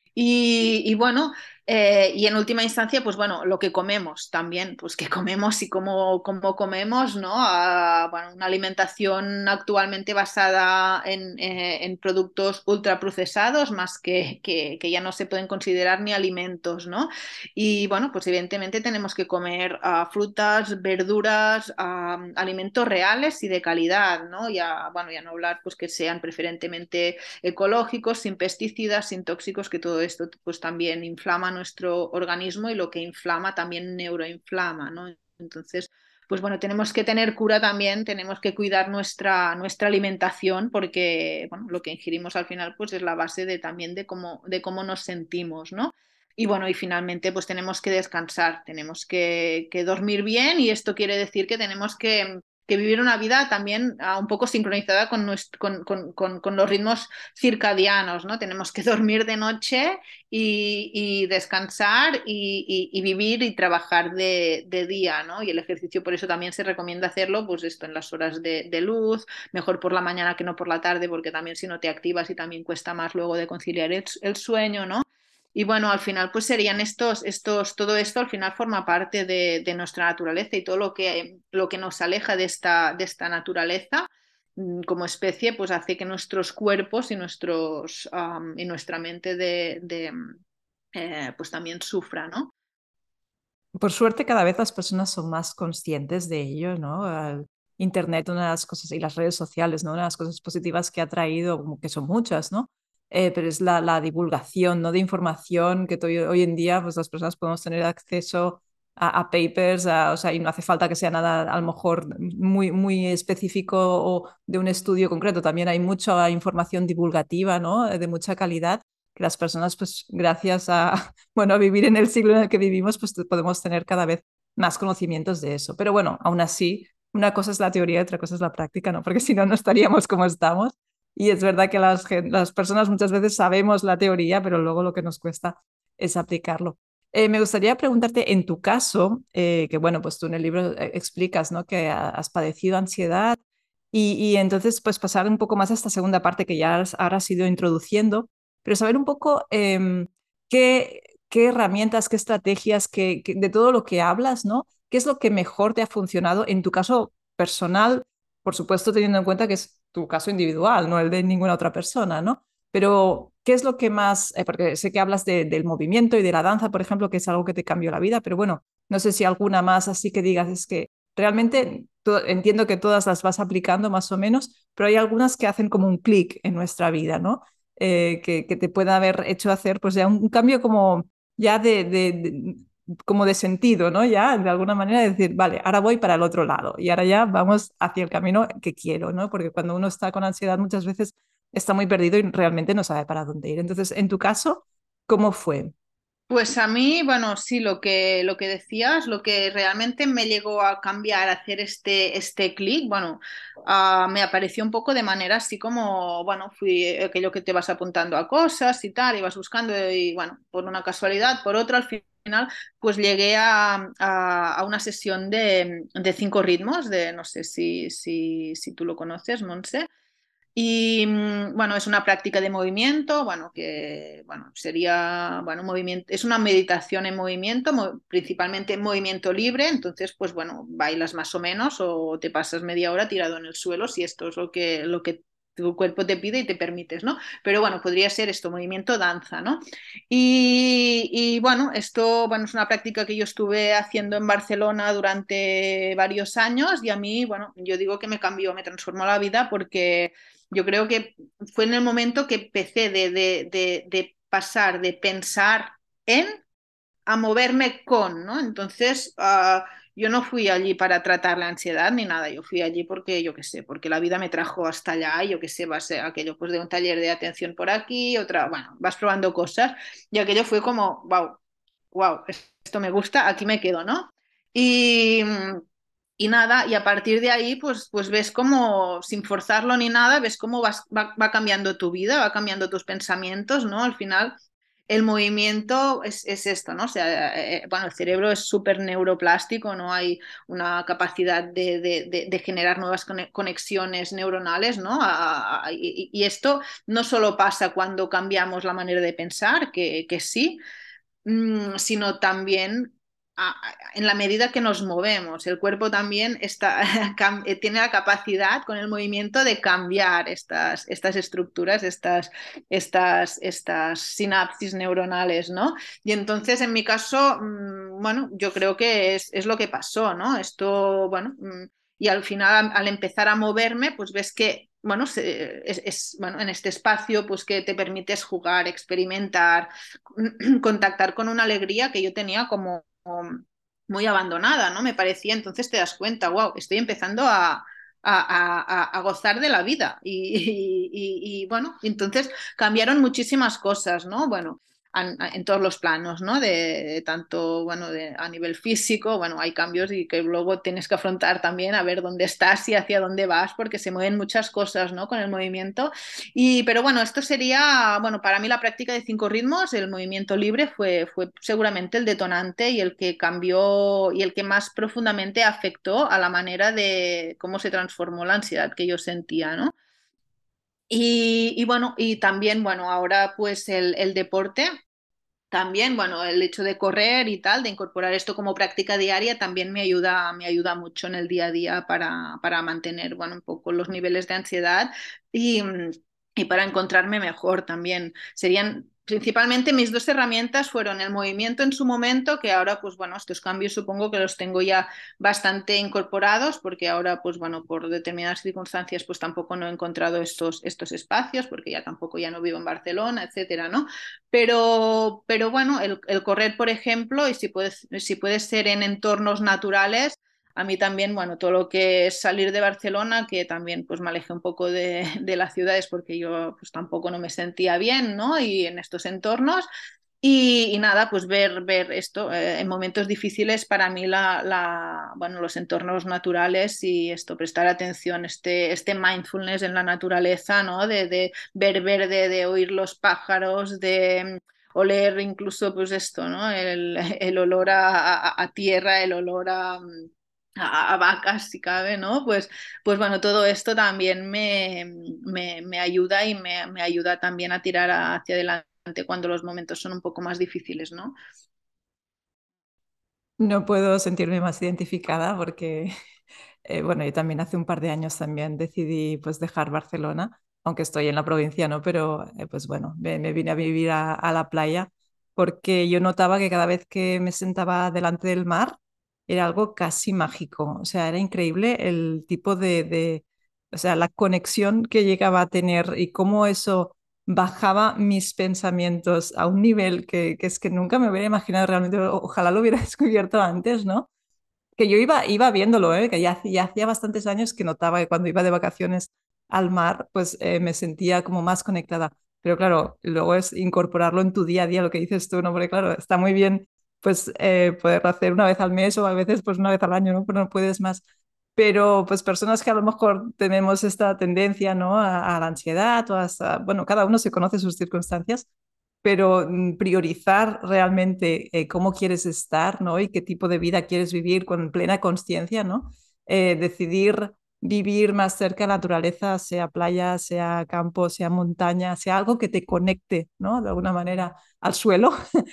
Y, y bueno, eh, y en última instancia, pues bueno, lo que comemos también, pues que comemos y cómo, cómo comemos, ¿no? A, bueno, una alimentación actualmente basada en, eh, en productos ultraprocesados, más que, que, que ya no se pueden considerar ni alimentos, ¿no? Y bueno, pues evidentemente tenemos que comer uh, frutas, verduras, uh, alimentos reales y de calidad, ¿no? Ya, bueno, ya no hablar pues que sean preferentemente ecológicos, sin pesticidas, sin tóxicos, que todo esto pues también inflama nuestro organismo y lo que inflama también neuroinflama, ¿no? Entonces, pues bueno, tenemos que tener cura también, tenemos que cuidar nuestra, nuestra alimentación porque, bueno, lo que ingerimos al final pues es la base de, también de cómo, de cómo nos sentimos, ¿no? Y bueno, y finalmente pues tenemos que descansar, tenemos que, que dormir bien y esto quiere decir que tenemos que que vivir una vida también uh, un poco sincronizada con, nuestro, con, con, con, con, los ritmos circadianos, ¿no? Tenemos que dormir de noche y, y descansar y, y, y, vivir y trabajar de, de, día, ¿no? Y el ejercicio por eso también se recomienda hacerlo, pues esto en las horas de, de luz, mejor por la mañana que no por la tarde, porque también si no te activas y también cuesta más luego de conciliar el, el sueño, ¿no? Y bueno, al final pues serían estos, estos, todo esto al final forma parte de, de nuestra naturaleza y todo lo que, lo que nos aleja de esta, de esta naturaleza como especie, pues hace que nuestros cuerpos y, nuestros, um, y nuestra mente de, de eh, pues también sufra, ¿no? Por suerte cada vez las personas son más conscientes de ello, ¿no? El Internet, una de las cosas, y las redes sociales, ¿no? Una de las cosas positivas que ha traído, como que son muchas, ¿no? Eh, pero es la, la divulgación, ¿no? De información que hoy, hoy en día pues las personas podemos tener acceso a, a papers, a, o sea, y no hace falta que sea nada a lo mejor muy, muy específico o de un estudio concreto. También hay mucha información divulgativa, ¿no? De mucha calidad que las personas, pues gracias a, bueno, a vivir en el siglo en el que vivimos, pues podemos tener cada vez más conocimientos de eso. Pero bueno, aún así, una cosa es la teoría y otra cosa es la práctica, ¿no? Porque si no, no estaríamos como estamos. Y es verdad que las, las personas muchas veces sabemos la teoría, pero luego lo que nos cuesta es aplicarlo. Eh, me gustaría preguntarte, en tu caso, eh, que bueno, pues tú en el libro eh, explicas, ¿no? Que has padecido ansiedad y, y entonces pues pasar un poco más a esta segunda parte que ya has, ahora has ido introduciendo, pero saber un poco eh, qué, qué herramientas, qué estrategias, qué, qué, de todo lo que hablas, ¿no? ¿Qué es lo que mejor te ha funcionado en tu caso personal? Por supuesto, teniendo en cuenta que es tu caso individual, no el de ninguna otra persona, ¿no? Pero, ¿qué es lo que más, eh, porque sé que hablas de, del movimiento y de la danza, por ejemplo, que es algo que te cambió la vida, pero bueno, no sé si alguna más así que digas, es que realmente to- entiendo que todas las vas aplicando más o menos, pero hay algunas que hacen como un clic en nuestra vida, ¿no? eh, que, que te pueda haber hecho hacer pues ya un, un cambio como ya de, de, de- como de sentido, ¿no? Ya de alguna manera decir, vale, ahora voy para el otro lado y ahora ya vamos hacia el camino que quiero, ¿no? Porque cuando uno está con ansiedad muchas veces está muy perdido y realmente no sabe para dónde ir. Entonces, en tu caso, ¿cómo fue? Pues a mí, bueno, sí, lo que, lo que decías, lo que realmente me llegó a cambiar, a hacer este, este clic, bueno, ah, me apareció un poco de manera así como, bueno, fui aquello que te vas apuntando a cosas y tal, y vas buscando y, bueno, por una casualidad, por otra, al final, pues llegué a, a, a una sesión de, de cinco ritmos, de, no sé si, si, si tú lo conoces, Monse. Y mm, bueno, es una práctica de movimiento, bueno, que bueno, sería, bueno, movimiento, es una meditación en movimiento, mo- principalmente en movimiento libre, entonces, pues bueno, bailas más o menos o te pasas media hora tirado en el suelo si esto es lo que, lo que tu cuerpo te pide y te permites, ¿no? Pero bueno, podría ser esto, movimiento danza, ¿no? Y, y bueno, esto, bueno, es una práctica que yo estuve haciendo en Barcelona durante varios años y a mí, bueno, yo digo que me cambió, me transformó la vida porque yo creo que fue en el momento que empecé de, de, de, de pasar de pensar en a moverme con, ¿no? Entonces, uh, yo no fui allí para tratar la ansiedad ni nada, yo fui allí porque, yo qué sé, porque la vida me trajo hasta allá, y yo qué sé, va a ser aquello pues de un taller de atención por aquí, otra, bueno, vas probando cosas, y aquello fue como, wow, wow, esto me gusta, aquí me quedo, ¿no? Y, y nada, y a partir de ahí, pues, pues ves cómo, sin forzarlo ni nada, ves cómo vas, va, va cambiando tu vida, va cambiando tus pensamientos, ¿no? Al final el movimiento es, es esto, ¿no? O sea, eh, bueno, el cerebro es súper neuroplástico, ¿no? Hay una capacidad de, de, de, de generar nuevas conexiones neuronales, ¿no? A, a, y, y, esto no solo pasa cuando cambiamos la manera de pensar, que, que sí, mmm, sino también a, a, en la medida que nos movemos. El cuerpo también está, tiene la capacidad con el movimiento de cambiar estas, estas estructuras, estas, estas, estas sinapsis neuronales, ¿no? Y entonces, en mi caso, mmm, bueno, yo creo que es, es, lo que pasó, ¿no? Esto, bueno, mmm, y al final, al empezar a moverme, pues ves que bueno, es, es, bueno, en este espacio pues que te permites jugar, experimentar, contactar con una alegría que yo tenía como muy abandonada, ¿no? Me parecía, entonces te das cuenta, wow, estoy empezando a, a, a, a gozar de la vida. Y, y, y, y, bueno, entonces cambiaron muchísimas cosas, ¿no? Bueno, en todos los planos, ¿no? De, de tanto, bueno, de, a nivel físico, bueno, hay cambios y que luego tienes que afrontar también a ver dónde estás y hacia dónde vas, porque se mueven muchas cosas, ¿no? Con el movimiento. Y, pero bueno, esto sería, bueno, para mí la práctica de cinco ritmos, el movimiento libre fue, fue seguramente el detonante y el que cambió y el que más profundamente afectó a la manera de cómo se transformó la ansiedad que yo sentía, ¿no? Y, y bueno, y también, bueno, ahora pues el, el deporte. También, bueno, el hecho de correr y tal, de incorporar esto como práctica diaria, también me ayuda, me ayuda mucho en el día a día para, para mantener, bueno, un poco los niveles de ansiedad y, y para encontrarme mejor también. Serían principalmente mis dos herramientas fueron el movimiento en su momento, que ahora, pues bueno, estos cambios supongo que los tengo ya bastante incorporados, porque ahora, pues bueno, por determinadas circunstancias, pues tampoco no he encontrado estos, estos espacios, porque ya tampoco ya no vivo en Barcelona, etcétera, ¿no? Pero, pero bueno, el, el, correr, por ejemplo, y si puede, si puede ser en entornos naturales, a mí también, bueno, todo lo que es salir de Barcelona, que también pues me alejé un poco de, de las ciudades porque yo pues tampoco no me sentía bien, ¿no? Y en estos entornos. Y, y nada, pues ver, ver esto, eh, en momentos difíciles para mí la, la, bueno, los entornos naturales y esto, prestar atención, este, este mindfulness en la naturaleza, ¿no? De, de ver verde, de oír los pájaros, de oler incluso pues esto, ¿no? El, el olor a, a, a tierra, el olor a, a, a, vacas si cabe, ¿no? Pues, pues bueno, todo esto también me, me, me ayuda y me, me, ayuda también a tirar hacia adelante cuando los momentos son un poco más difíciles, ¿no? No puedo sentirme más identificada porque, eh, bueno, yo también hace un par de años también decidí pues dejar Barcelona, aunque estoy en la provincia, ¿no? Pero eh, pues bueno, me, me vine a vivir a, a la playa porque yo notaba que cada vez que me sentaba delante del mar era algo casi mágico, o sea, era increíble el tipo de, de, o sea, la conexión que llegaba a tener y cómo eso bajaba mis pensamientos a un nivel que, que es que nunca me hubiera imaginado realmente, o- ojalá lo hubiera descubierto antes, ¿no? Que yo iba, iba viéndolo, ¿eh? Que ya, hacía- ya hacía bastantes años que notaba que cuando iba de vacaciones al mar, pues eh, me sentía como más conectada. Pero claro, luego es incorporarlo en tu día a día, lo que dices tú, ¿no? Porque claro, está muy bien pues eh, poder hacer una vez al mes o a veces pues una vez al año, ¿no? Pero no puedes más. Pero pues personas que a lo mejor tenemos esta tendencia, ¿no? A, a la ansiedad o hasta, bueno, cada uno se conoce sus circunstancias, pero mm, priorizar realmente eh, cómo quieres estar, ¿no? Y qué tipo de vida quieres vivir con plena conciencia, ¿no? Eh, decidir vivir más cerca de la naturaleza, sea playa, sea campo, sea montaña, sea algo que te conecte, ¿no? De alguna manera al suelo.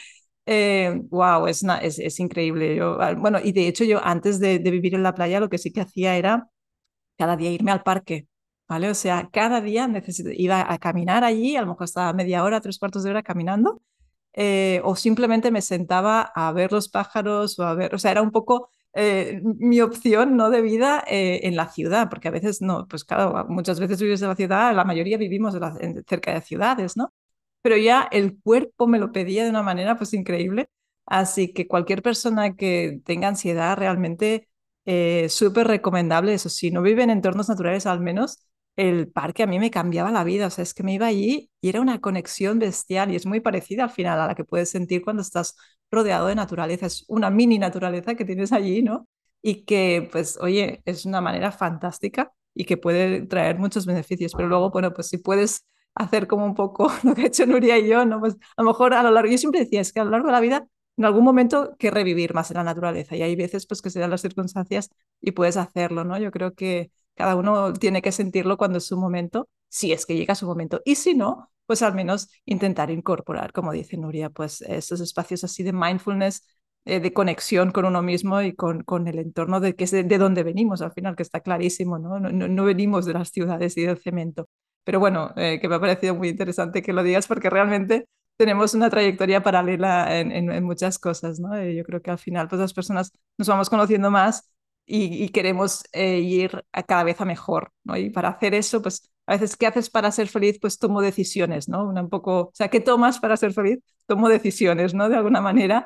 Eh, wow, es, una- es, es increíble. Yo, ah, bueno, y de hecho yo antes de, de vivir en la playa lo que sí que hacía era cada día irme al parque, ¿vale? O sea, cada día necesito, iba a caminar allí, a lo mejor estaba media hora, tres cuartos de hora caminando, eh, o simplemente me sentaba a ver los pájaros o a ver, o sea, era un poco eh, mi opción, ¿no? De vida eh, en la ciudad, porque a veces no, pues claro, muchas veces vives en la ciudad, la mayoría vivimos de la- en- cerca de ciudades, ¿no? Pero ya el cuerpo me lo pedía de una manera pues increíble, así que cualquier persona que tenga ansiedad realmente eh, súper recomendable, eso sí, no vive en entornos naturales al menos el parque a mí me cambiaba la vida, o sea, es que me iba allí y era una conexión bestial y es muy parecida al final a la que puedes sentir cuando estás rodeado de naturaleza, es una mini naturaleza que tienes allí, ¿no? Y que, pues, oye, es una manera fantástica y que puede traer muchos beneficios, pero luego, bueno, pues si puedes hacer como un poco lo que ha hecho Nuria y yo, ¿no? Pues a lo mejor a lo largo, yo siempre decía, es que a lo largo de la vida, en algún momento que revivir más en la naturaleza y hay veces pues que se dan las circunstancias y puedes hacerlo, ¿no? Yo creo que cada uno tiene que sentirlo cuando es su momento, si es que llega su momento. Y si no, pues al menos intentar incorporar, como dice Nuria, pues esos espacios así de mindfulness, eh, de conexión con uno mismo y con, con el entorno de, que es de, de donde venimos al final, que está clarísimo, ¿no? No, no, no venimos de las ciudades y del cemento. Pero bueno, eh, que me ha parecido muy interesante que lo digas porque realmente tenemos una trayectoria paralela en, en, en muchas cosas, ¿no? Eh, yo creo que al final pues las personas nos vamos conociendo más y, y queremos eh, ir a cada vez a mejor, ¿no? Y para hacer eso, pues a veces, ¿qué haces para ser feliz? Pues tomo decisiones, ¿no? Una un poco, o sea, ¿qué tomas para ser feliz? Tomo decisiones, ¿no? De alguna manera,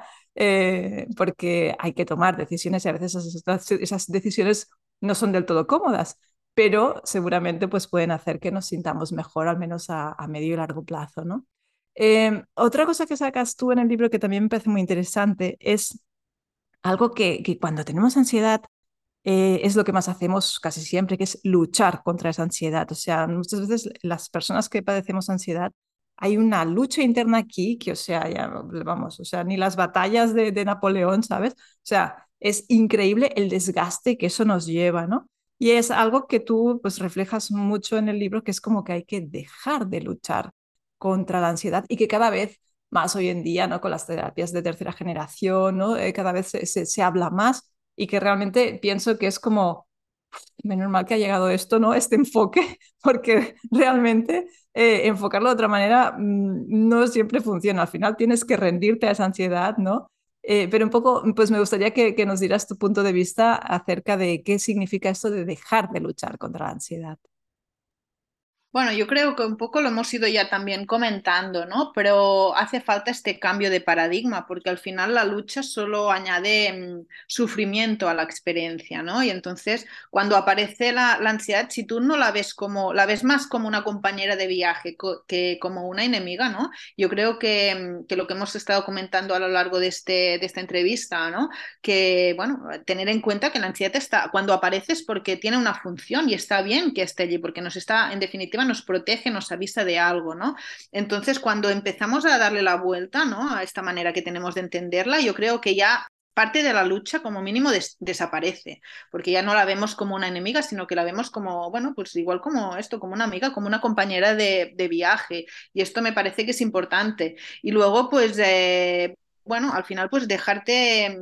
eh, porque hay que tomar decisiones y a veces esas, esas decisiones no son del todo cómodas, pero seguramente pues pueden hacer que nos sintamos mejor, al menos a, a medio y largo plazo, ¿no? Eh, otra cosa que sacas tú en el libro que también me parece muy interesante es algo que, que cuando tenemos ansiedad eh, es lo que más hacemos casi siempre, que es luchar contra esa ansiedad. O sea, muchas veces las personas que padecemos ansiedad, hay una lucha interna aquí que, o sea, ya vamos, o sea, ni las batallas de, de Napoleón, ¿sabes? O sea, es increíble el desgaste que eso nos lleva, ¿no? Y es algo que tú pues reflejas mucho en el libro, que es como que hay que dejar de luchar contra la ansiedad y que cada vez más hoy en día, ¿no? Con las terapias de tercera generación, ¿no? Eh, cada vez se, se, se habla más y que realmente pienso que es como, menos mal que ha llegado esto, ¿no? Este enfoque, porque realmente eh, enfocarlo de otra manera mmm, no siempre funciona. Al final tienes que rendirte a esa ansiedad, ¿no? Eh, pero un poco, pues me gustaría que, que nos dieras tu punto de vista acerca de qué significa esto de dejar de luchar contra la ansiedad. Bueno, yo creo que un poco lo hemos ido ya también comentando, ¿no? Pero hace falta este cambio de paradigma, porque al final la lucha solo añade mm, sufrimiento a la experiencia, ¿no? Y entonces, cuando aparece la, la ansiedad, si tú no la ves como, la ves más como una compañera de viaje co- que como una enemiga, ¿no? Yo creo que, mm, que lo que hemos estado comentando a lo largo de, este, de esta entrevista, ¿no? Que, bueno, tener en cuenta que la ansiedad está, cuando aparece es porque tiene una función y está bien que esté allí, porque nos está, en definitiva, nos protege, nos avisa de algo, ¿no? Entonces, cuando empezamos a darle la vuelta, ¿no? A esta manera que tenemos de entenderla, yo creo que ya parte de la lucha como mínimo des desaparece, porque ya no la vemos como una enemiga, sino que la vemos como, bueno, pues igual como esto, como una amiga, como una compañera de, de viaje, y esto me parece que es importante. Y luego, pues, eh, bueno, al final, pues dejarte... Eh,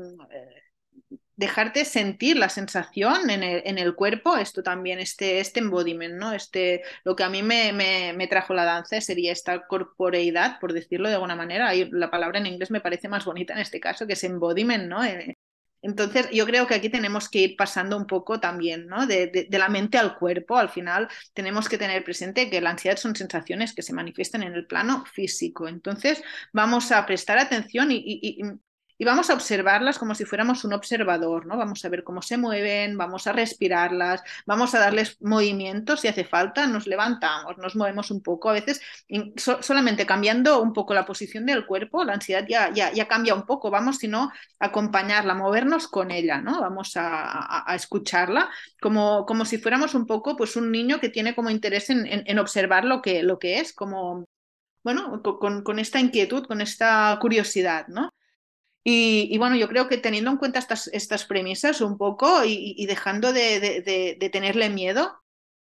dejarte sentir la sensación en el, en el cuerpo, esto también, este, este embodiment, ¿no? Este, lo que a mí me, me, me trajo la danza sería esta corporeidad, por decirlo de alguna manera. Ahí la palabra en inglés me parece más bonita en este caso, que es embodiment, ¿no? Entonces, yo creo que aquí tenemos que ir pasando un poco también, ¿no? De, de, de la mente al cuerpo. Al final, tenemos que tener presente que la ansiedad son sensaciones que se manifiestan en el plano físico. Entonces, vamos a prestar atención y, y, y y vamos a observarlas como si fuéramos un observador, ¿no? Vamos a ver cómo se mueven, vamos a respirarlas, vamos a darles movimientos si hace falta, nos levantamos, nos movemos un poco. A veces so, solamente cambiando un poco la posición del cuerpo, la ansiedad ya, ya, ya cambia un poco. Vamos, sino a acompañarla, a movernos con ella, ¿no? Vamos a, a, a escucharla como, como si fuéramos un poco pues un niño que tiene como interés en, en, en observar lo que, lo que es, como, bueno, con, con esta inquietud, con esta curiosidad, ¿no? Y, y, bueno, yo creo que teniendo en cuenta estas, estas premisas un poco y, y dejando de, de, de, de, tenerle miedo,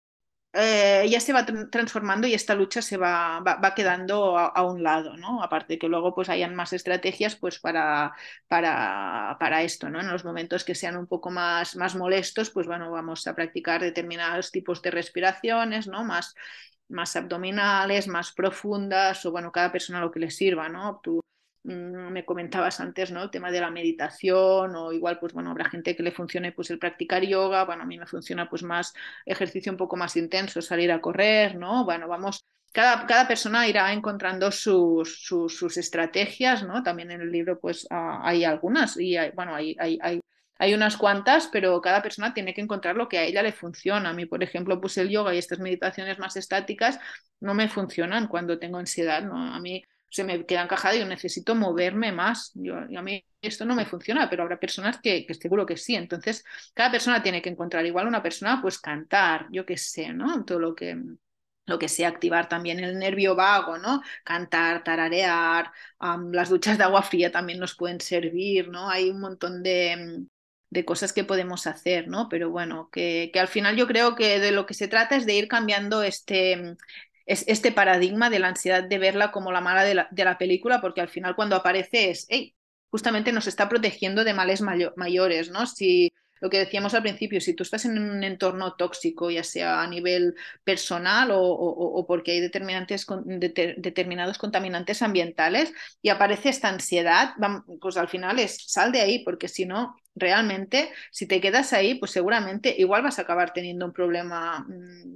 eh, ya se va tra transformando y esta lucha se va, va, va quedando a, a, un lado, ¿no? Aparte que luego pues hayan más estrategias pues para, para, para esto, ¿no? En los momentos que sean un poco más, más molestos, pues bueno, vamos a practicar determinados tipos de respiraciones, ¿no? Más, más abdominales, más profundas, o bueno, cada persona lo que le sirva, ¿no? Tú, me comentabas antes, ¿no? El tema de la meditación, o igual, pues bueno, habrá gente que le funcione pues el practicar yoga. Bueno, a mí me funciona pues más ejercicio un poco más intenso, salir a correr, ¿no? Bueno, vamos, cada, cada persona irá encontrando sus, sus, sus estrategias, ¿no? También en el libro pues uh, hay algunas y hay, bueno, hay, hay, hay hay unas cuantas, pero cada persona tiene que encontrar lo que a ella le funciona. A mí, por ejemplo, pues el yoga y estas meditaciones más estáticas no me funcionan cuando tengo ansiedad, ¿no? A mí se me queda encajada y yo necesito moverme más. Yo, yo a mí esto no me funciona, pero habrá personas que, que seguro que sí. Entonces, cada persona tiene que encontrar igual una persona, pues cantar, yo qué sé, ¿no? Todo lo que lo que sea, activar también el nervio vago, ¿no? Cantar, tararear, um, las duchas de agua fría también nos pueden servir, ¿no? Hay un montón de, de cosas que podemos hacer, ¿no? Pero bueno, que, que al final yo creo que de lo que se trata es de ir cambiando este, es este paradigma de la ansiedad, de verla como la mala de la, de la película, porque al final cuando aparece es, hey, justamente nos está protegiendo de males mayo mayores, ¿no? Si lo que decíamos al principio, si tú estás en un entorno tóxico, ya sea a nivel personal o, o, o porque hay determinantes, de, determinados contaminantes ambientales y aparece esta ansiedad, pues al final es sal de ahí, porque si no, realmente, si te quedas ahí, pues seguramente igual vas a acabar teniendo un problema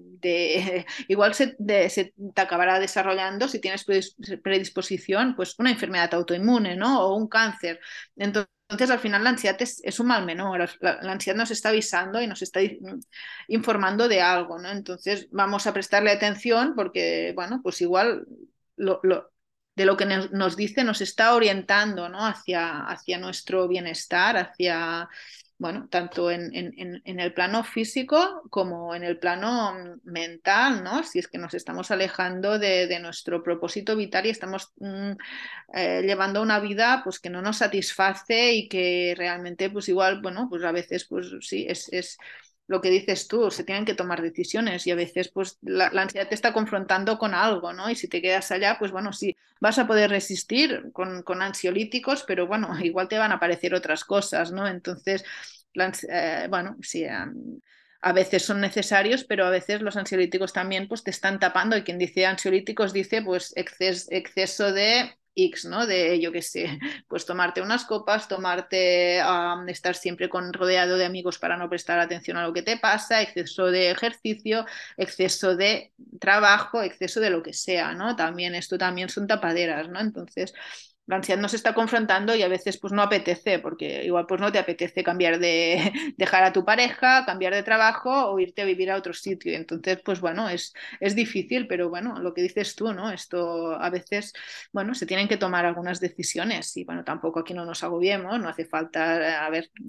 de, igual se, de, se te acabará desarrollando, si tienes predisposición, pues una enfermedad autoinmune, ¿no? O un cáncer. Entonces, Entonces, al final, la ansiedad es, es un mal menor. La, la ansiedad nos está avisando y nos está informando de algo, ¿no? Entonces, vamos a prestarle atención porque, bueno, pues igual lo, lo, de lo que nos, nos dice nos está orientando, ¿no? Hacia, hacia nuestro bienestar, hacia, bueno, tanto en, en, en el plano físico como en el plano mental, ¿no? Si es que nos estamos alejando de, de nuestro propósito vital y estamos mmm, eh, llevando una vida pues que no nos satisface y que realmente pues igual, bueno, pues a veces pues sí, es, es lo que dices tú, se tienen que tomar decisiones y a veces pues la, la ansiedad te está confrontando con algo, ¿no? Y si te quedas allá, pues bueno, sí, vas a poder resistir con, con ansiolíticos, pero bueno, igual te van a aparecer otras cosas, ¿no? Entonces, la, eh, bueno, sí, um, a veces son necesarios, pero a veces los ansiolíticos también pues te están tapando y quien dice ansiolíticos dice pues exces, exceso de X, ¿no? De, yo qué sé, pues tomarte unas copas, tomarte, um, estar siempre con, rodeado de amigos para no prestar atención a lo que te pasa, exceso de ejercicio, exceso de trabajo, exceso de lo que sea, ¿no? También esto también son tapaderas, ¿no? Entonces, la ansiedad nos está confrontando y a veces pues no apetece, porque igual pues no te apetece cambiar de, dejar a tu pareja, cambiar de trabajo o irte a vivir a otro sitio. Entonces, pues bueno, es, es difícil, pero bueno, lo que dices tú, ¿no? Esto a veces, bueno, se tienen que tomar algunas decisiones y bueno, tampoco aquí no nos agobiemos, no hace falta, a ver,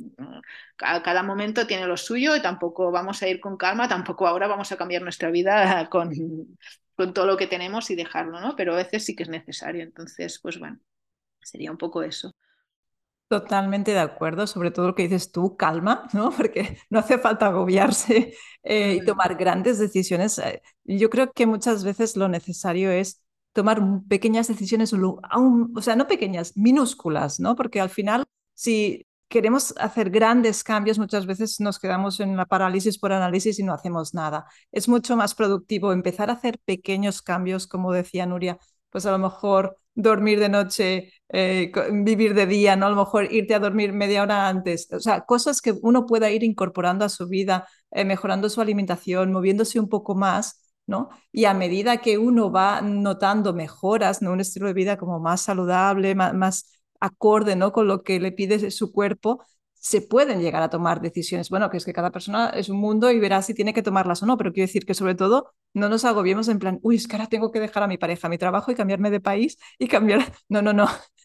cada momento tiene lo suyo y tampoco vamos a ir con calma, tampoco ahora vamos a cambiar nuestra vida con, con todo lo que tenemos y dejarlo, ¿no? Pero a veces sí que es necesario. Entonces, pues bueno. Sería un poco eso. Totalmente de acuerdo, sobre todo lo que dices tú, calma, ¿no? Porque no hace falta agobiarse eh, y Mm. tomar grandes decisiones. Eh, Yo creo que muchas veces lo necesario es tomar pequeñas decisiones, aún, o sea, no pequeñas, minúsculas, ¿no? Porque al final, si queremos hacer grandes cambios, muchas veces nos quedamos en la parálisis por análisis y no hacemos nada. Es mucho más productivo empezar a hacer pequeños cambios, como decía Nuria, pues a lo mejor dormir de noche eh, vivir de día, ¿no? A lo mejor irte a dormir media hora antes. O sea, cosas que uno pueda ir incorporando a su vida, eh, mejorando su alimentación, moviéndose un poco más, ¿no? Y a medida que uno va notando mejoras, ¿no? Un estilo de vida como más saludable, más, más acorde, ¿no? Con lo que le pide su cuerpo, se pueden llegar a tomar decisiones. Bueno, que es que cada persona es un mundo y verá si tiene que tomarlas o no, pero quiero decir que sobre todo no nos agobiemos en plan, uy, es que ahora tengo que dejar a mi pareja, mi trabajo y cambiarme de país y cambiar. No, no, no.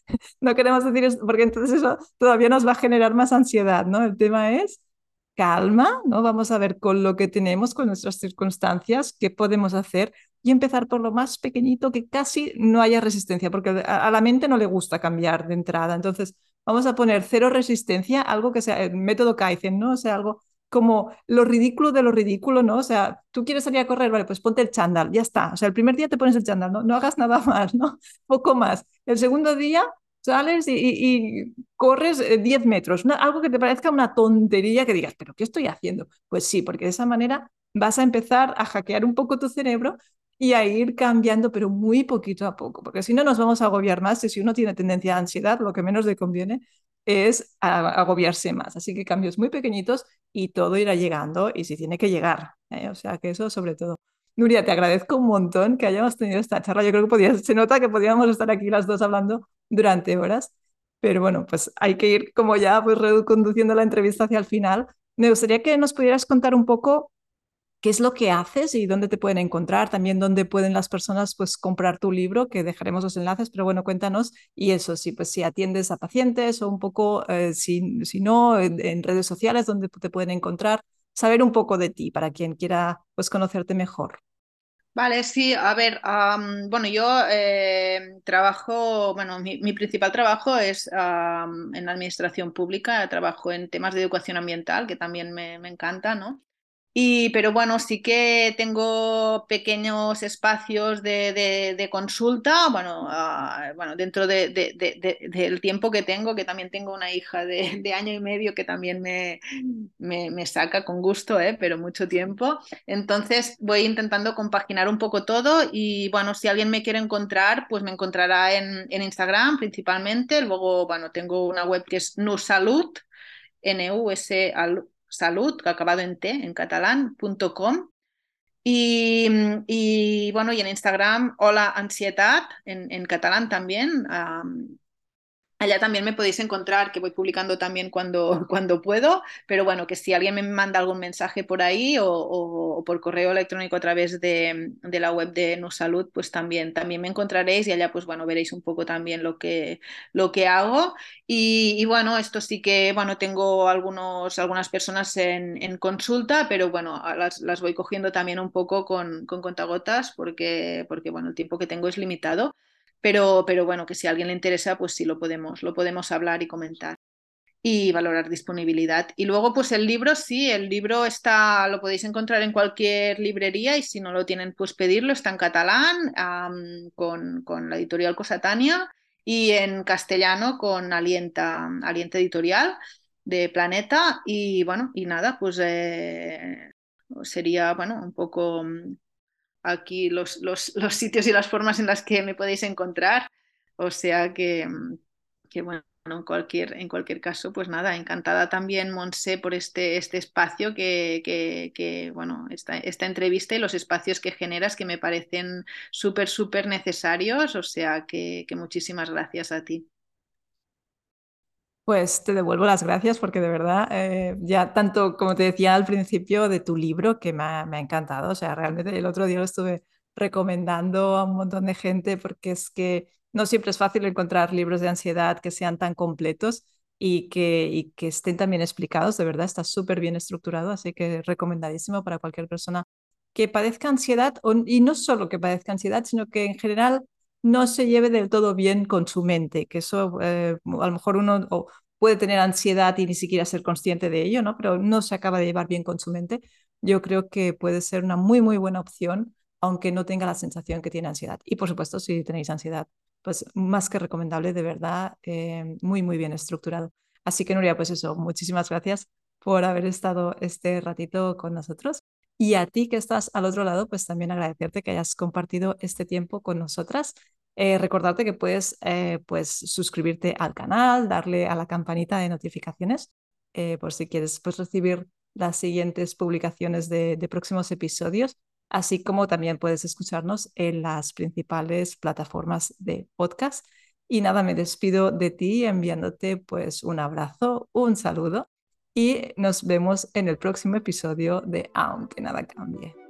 No queremos decir esto porque entonces eso todavía nos va a generar más ansiedad, ¿no? El tema es calma, ¿no? Vamos a ver con lo que tenemos, con nuestras circunstancias, qué podemos hacer y empezar por lo más pequeñito, que casi no haya resistencia, porque a, a la mente no le gusta cambiar de entrada. Entonces, vamos a poner cero resistencia, algo que sea el método Kaizen, ¿no? O sea, algo como lo ridículo de lo ridículo, ¿no? O sea, tú quieres salir a correr, vale, pues ponte el chándal, ya está. O sea, el primer día te pones el chándal, ¿no? No hagas nada más, ¿no? Poco más. El segundo día sales y, y, y corres eh, diez metros, una, algo que te parezca una tontería que digas, pero ¿qué estoy haciendo? Pues sí, porque de esa manera vas a empezar a hackear un poco tu cerebro y a ir cambiando, pero muy poquito a poco, porque si no nos vamos a agobiar más y si uno tiene tendencia a ansiedad, lo que menos le conviene es a, a agobiarse más. Así que cambios muy pequeñitos y todo irá llegando y si tiene que llegar. ¿eh? O sea que eso sobre todo. Nuria, te agradezco un montón que hayamos tenido esta charla. Yo creo que podía, se nota que podíamos estar aquí las dos hablando durante horas, pero bueno, pues hay que ir como ya pues reconduciendo la entrevista hacia el final. Me gustaría que nos pudieras contar un poco qué es lo que haces y dónde te pueden encontrar, también dónde pueden las personas pues comprar tu libro, que dejaremos los enlaces, pero bueno, cuéntanos y eso, sí, pues si atiendes a pacientes o un poco, eh, si, si no, en, en redes sociales, dónde te pueden encontrar, saber un poco de ti para quien quiera pues conocerte mejor. Vale, sí, a ver, am, bueno, yo eh, trabajo, bueno, mi, mi principal trabajo es am, en la administración pública, trabajo en temas de educación ambiental, que también me, me encanta, ¿no? Y, pero bueno, sí que tengo pequeños espacios de, de- de consulta, bueno, ah, bueno, dentro de- de- de- de- del tiempo que tengo, que también tengo una hija de, de año y medio que también me, me, me saca con gusto, ¿eh? Pero mucho tiempo. Entonces voy intentando compaginar un poco todo y bueno, si alguien me quiere encontrar, pues me encontrará en, en Instagram principalmente. Luego, bueno, tengo una web que es Nusalud, N U S Salud, acabado en T, en catalán, punto com. Y, y, bueno, y en Instagram, Hola Ansietat, en, en catalán también. Um, Allá también me podéis encontrar, que voy publicando también cuando, cuando puedo, pero bueno, que si alguien me manda algún mensaje por ahí o, o- o por correo electrónico a través de, de la web de Nusalud, pues también, también me encontraréis y allá pues bueno, veréis un poco también lo que, lo que hago. Y, y bueno, esto sí que, bueno, tengo algunos, algunas personas en, en consulta, pero bueno, las, las voy cogiendo también un poco con, con contagotas porque, porque bueno, el tiempo que tengo es limitado. Pero, pero bueno, que si a alguien le interesa, pues sí lo podemos, lo podemos hablar y comentar y valorar disponibilidad. Y luego, pues el libro, sí, el libro está, lo podéis encontrar en cualquier librería y si no lo tienen, pues pedirlo. Está en catalán um, con, con, la editorial Cosatania y en castellano con Alienta, Alienta Editorial de Planeta. Y bueno, y nada, pues eh, sería, bueno, un poco aquí los, los, los, sitios y las formas en las que me podéis encontrar. O sea que, que bueno, en cualquier, en cualquier caso, pues nada, encantada también, Monse, por este, este espacio que, que, que bueno, esta, esta entrevista y los espacios que generas que me parecen súper, súper necesarios. O sea que, que muchísimas gracias a ti. Pues te devuelvo las gracias porque de verdad, eh, ya tanto como te decía al principio de tu libro, que me ha, me ha encantado, o sea, realmente el otro día lo estuve recomendando a un montón de gente porque es que no siempre es fácil encontrar libros de ansiedad que sean tan completos y que, y que estén también explicados, de verdad, está súper bien estructurado, así que recomendadísimo para cualquier persona que padezca ansiedad o- y no solo que padezca ansiedad, sino que en general no se lleve del todo bien con su mente, que eso eh, a lo mejor uno o puede tener ansiedad y ni siquiera ser consciente de ello, ¿no? Pero no se acaba de llevar bien con su mente. Yo creo que puede ser una muy, muy buena opción, aunque no tenga la sensación que tiene ansiedad. Y por supuesto, si tenéis ansiedad, pues más que recomendable, de verdad, eh, muy, muy bien estructurado. Así que, Nuria, pues eso, muchísimas gracias por haber estado este ratito con nosotros. Y a ti que estás al otro lado, pues también agradecerte que hayas compartido este tiempo con nosotras Eh, recordarte que puedes eh, pues, suscribirte al canal, darle a la campanita de notificaciones eh, por si quieres pues, recibir las siguientes publicaciones de, de próximos episodios, así como también puedes escucharnos en las principales plataformas de podcast. Y nada, me despido de ti enviándote pues un abrazo, un saludo y nos vemos en el próximo episodio de Aunque nada cambie.